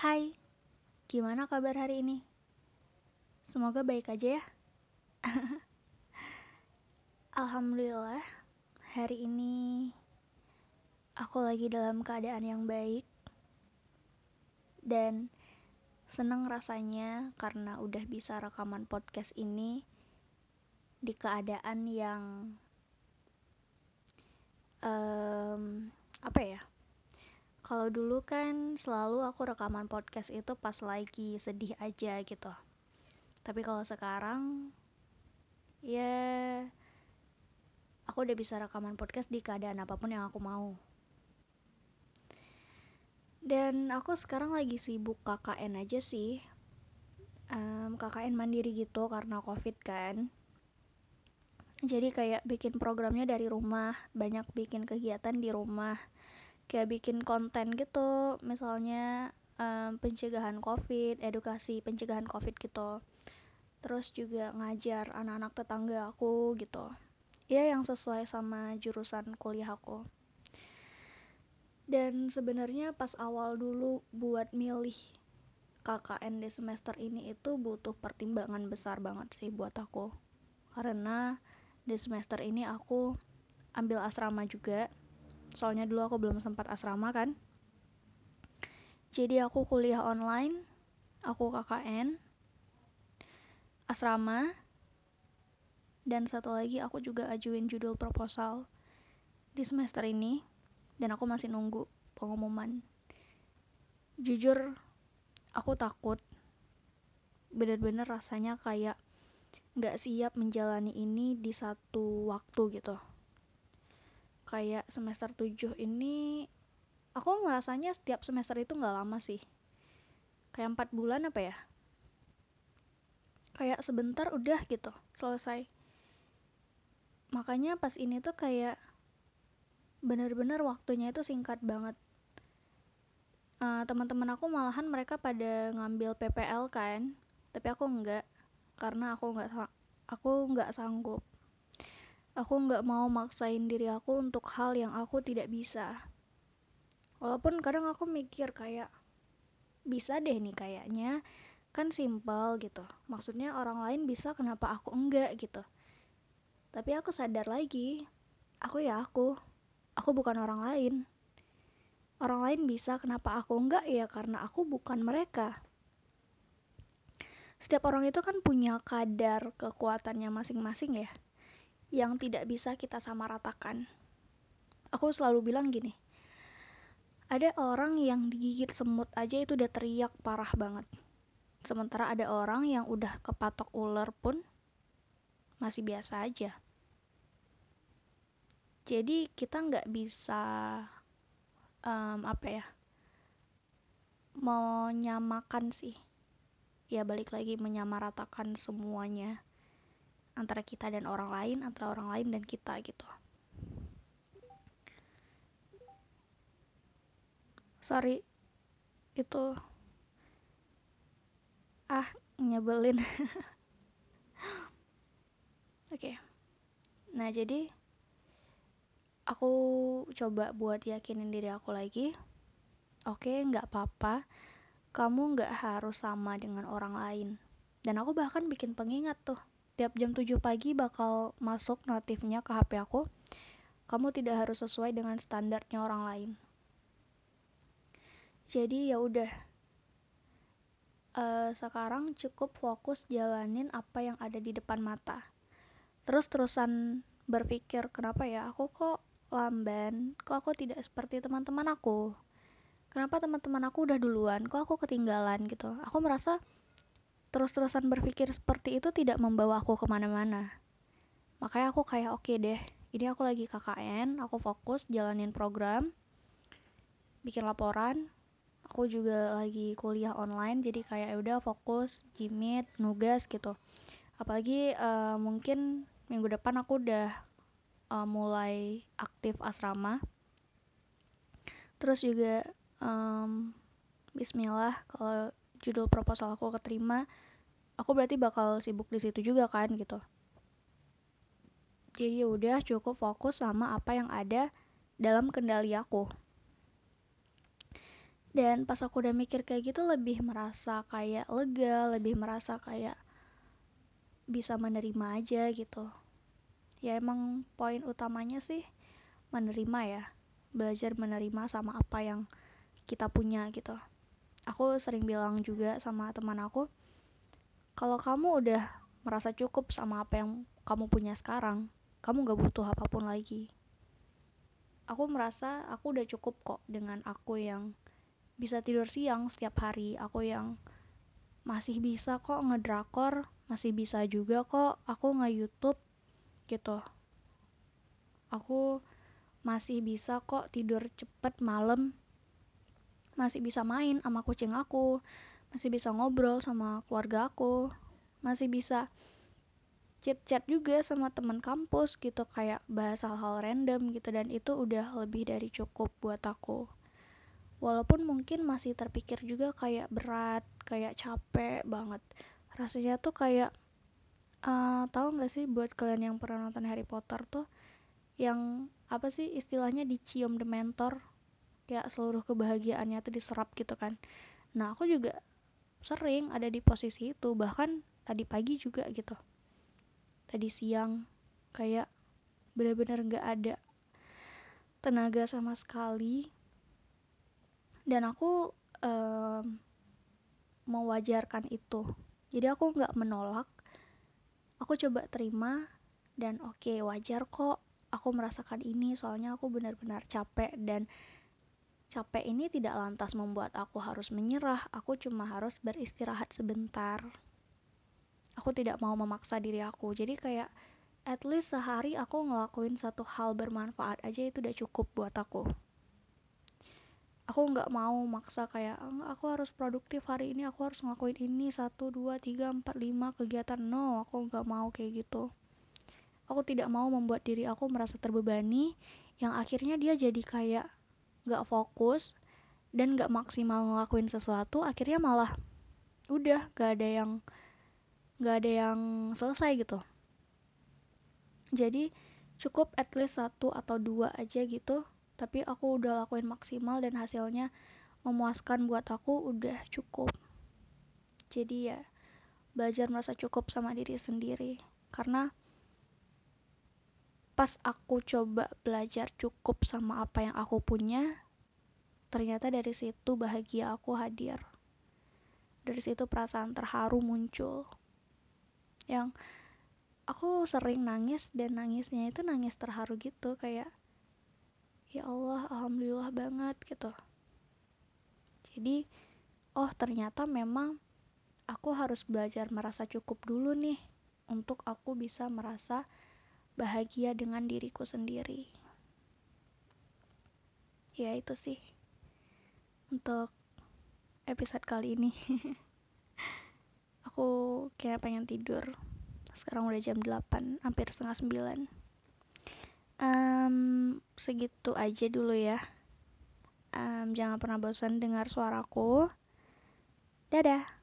Hai, gimana kabar hari ini? Semoga baik aja ya. Alhamdulillah, hari ini aku lagi dalam keadaan yang baik dan seneng rasanya karena udah bisa rekaman podcast ini di keadaan yang apa ya? Kalau dulu kan selalu aku rekaman podcast itu pas lagi sedih aja gitu. Tapi kalau sekarang ya aku udah bisa rekaman podcast di keadaan apapun yang aku mau. Dan aku sekarang lagi sibuk KKN aja sih. KKN mandiri gitu karena COVID kan. Jadi kayak bikin programnya dari rumah, banyak bikin kegiatan di rumah. Kayak bikin konten gitu, misalnya pencegahan COVID, edukasi pencegahan COVID gitu. Terus juga ngajar anak-anak tetangga aku gitu. Ya yang sesuai sama jurusan kuliah aku. Dan sebenarnya pas awal dulu buat milih KKN di semester ini itu butuh pertimbangan besar banget sih buat aku. Karena di semester ini aku ambil asrama juga. Soalnya dulu aku belum sempat asrama kan. Jadi aku kuliah online, aku KKN, asrama, dan satu lagi aku juga ajuin judul proposal di semester ini. Dan aku masih nunggu pengumuman. Jujur, aku takut. Bener-bener rasanya kayak gak siap menjalani ini di satu waktu gitu. Kayak semester 7 ini aku merasanya setiap semester itu gak lama sih. Kayak 4 bulan apa ya. Kayak sebentar udah gitu selesai. Makanya pas ini tuh kayak bener-bener waktunya itu singkat banget. Teman-teman aku malahan mereka pada ngambil PPL kan, tapi aku enggak, karena aku nggak sanggup. Aku nggak mau maksain diri aku untuk hal yang aku tidak bisa. Walaupun kadang aku mikir kayak bisa deh nih kayaknya, kan simpel gitu. Maksudnya orang lain bisa, kenapa aku enggak gitu. Tapi aku sadar lagi, aku ya aku bukan orang lain. Orang lain bisa, kenapa aku enggak? Ya karena aku bukan mereka. Setiap orang itu kan punya kadar kekuatannya masing-masing ya, yang tidak bisa kita samaratakan. Aku selalu bilang gini, ada orang yang digigit semut aja itu udah teriak parah banget. Sementara ada orang yang udah kepatok ular pun masih biasa aja. Jadi kita nggak bisa menyamakan sih. Ya balik lagi menyamaratakan semuanya antara kita dan orang lain, antara orang lain dan kita gitu. Sorry, itu nyebelin. Oke. Nah jadi aku coba buat yakinin diri aku lagi. Oke, nggak apa-apa. Kamu nggak harus sama dengan orang lain. Dan aku bahkan bikin pengingat tuh. Tiap jam 7 pagi bakal masuk notifnya ke HP aku. Kamu tidak harus sesuai dengan standarnya orang lain. Jadi ya udah. Sekarang cukup fokus jalanin apa yang ada di depan mata. Terus-terusan berpikir, kenapa ya aku kok lamban? Kok aku tidak seperti teman-teman aku? Kenapa teman-teman aku udah duluan? Kok aku ketinggalan gitu? Aku merasa terus-terusan berpikir seperti itu tidak membawa aku kemana-mana. Makanya aku kayak oke deh, ini aku lagi KKN, aku fokus jalanin program, bikin laporan. Aku juga lagi kuliah online, jadi kayak udah fokus Gmeet, nugas gitu. Apalagi mungkin minggu depan aku udah mulai aktif asrama. Terus juga Bismillah kalau judul proposal aku keterima, aku berarti bakal sibuk di situ juga kan gitu. Jadi udah cukup fokus sama apa yang ada dalam kendali aku. Dan pas aku udah mikir kayak gitu, lebih merasa kayak lega, lebih merasa kayak bisa menerima aja gitu. Ya emang poin utamanya sih menerima ya, belajar menerima sama apa yang kita punya gitu. Aku sering bilang juga sama teman aku, kalau kamu udah merasa cukup sama apa yang kamu punya sekarang, kamu gak butuh apapun lagi. Aku merasa aku udah cukup kok dengan aku yang bisa tidur siang setiap hari, aku yang masih bisa kok ngedrakor, masih bisa juga kok aku nge-YouTube gitu. Aku masih bisa kok tidur cepet malam, masih bisa main sama kucing aku, masih bisa ngobrol sama keluarga aku, masih bisa chat-chat juga sama teman kampus gitu, kayak bahas hal-hal random gitu, dan itu udah lebih dari cukup buat aku. Walaupun mungkin masih terpikir juga kayak berat, kayak capek banget. Rasanya tuh kayak tahu nggak sih buat kalian yang pernah nonton Harry Potter tuh, yang apa sih istilahnya, dicium dementor, kayak seluruh kebahagiaannya tuh diserap gitu kan. Nah aku juga sering ada di posisi itu, bahkan tadi pagi juga gitu, tadi siang, kayak benar-benar nggak ada tenaga sama sekali. Dan aku mewajarkan itu, jadi aku nggak menolak, aku coba terima. Dan oke, wajar kok aku merasakan ini, soalnya aku benar-benar capek, dan capek ini tidak lantas membuat aku harus menyerah, aku cuma harus beristirahat sebentar. Aku tidak mau memaksa diri aku, jadi kayak at least sehari aku ngelakuin satu hal bermanfaat aja, itu udah cukup buat aku. Aku nggak mau maksa kayak aku harus produktif hari ini, aku harus ngelakuin ini 1, 2, 3, 4, 5 kegiatan. No, aku nggak mau kayak gitu. Aku tidak mau membuat diri aku merasa terbebani, yang akhirnya dia jadi kayak gak fokus dan gak maksimal ngelakuin sesuatu, akhirnya malah udah gak ada yang selesai gitu. Jadi cukup at least 1 atau 2 aja gitu, tapi aku udah lakuin maksimal dan hasilnya memuaskan buat aku, udah cukup. Jadi ya belajar merasa cukup sama diri sendiri, karena pas aku coba belajar cukup sama apa yang aku punya, ternyata dari situ bahagia aku hadir. Dari situ perasaan terharu muncul. Yang aku sering nangis, dan nangisnya itu nangis terharu gitu, kayak ya Allah, alhamdulillah banget gitu. Jadi oh ternyata memang aku harus belajar merasa cukup dulu nih, untuk aku bisa merasa bahagia dengan diriku sendiri. Ya itu sih untuk episode kali ini. Aku kayak pengen tidur. Sekarang udah jam 8, hampir setengah 9. Segitu aja dulu ya. Jangan pernah bosan dengar suaraku. Dadah.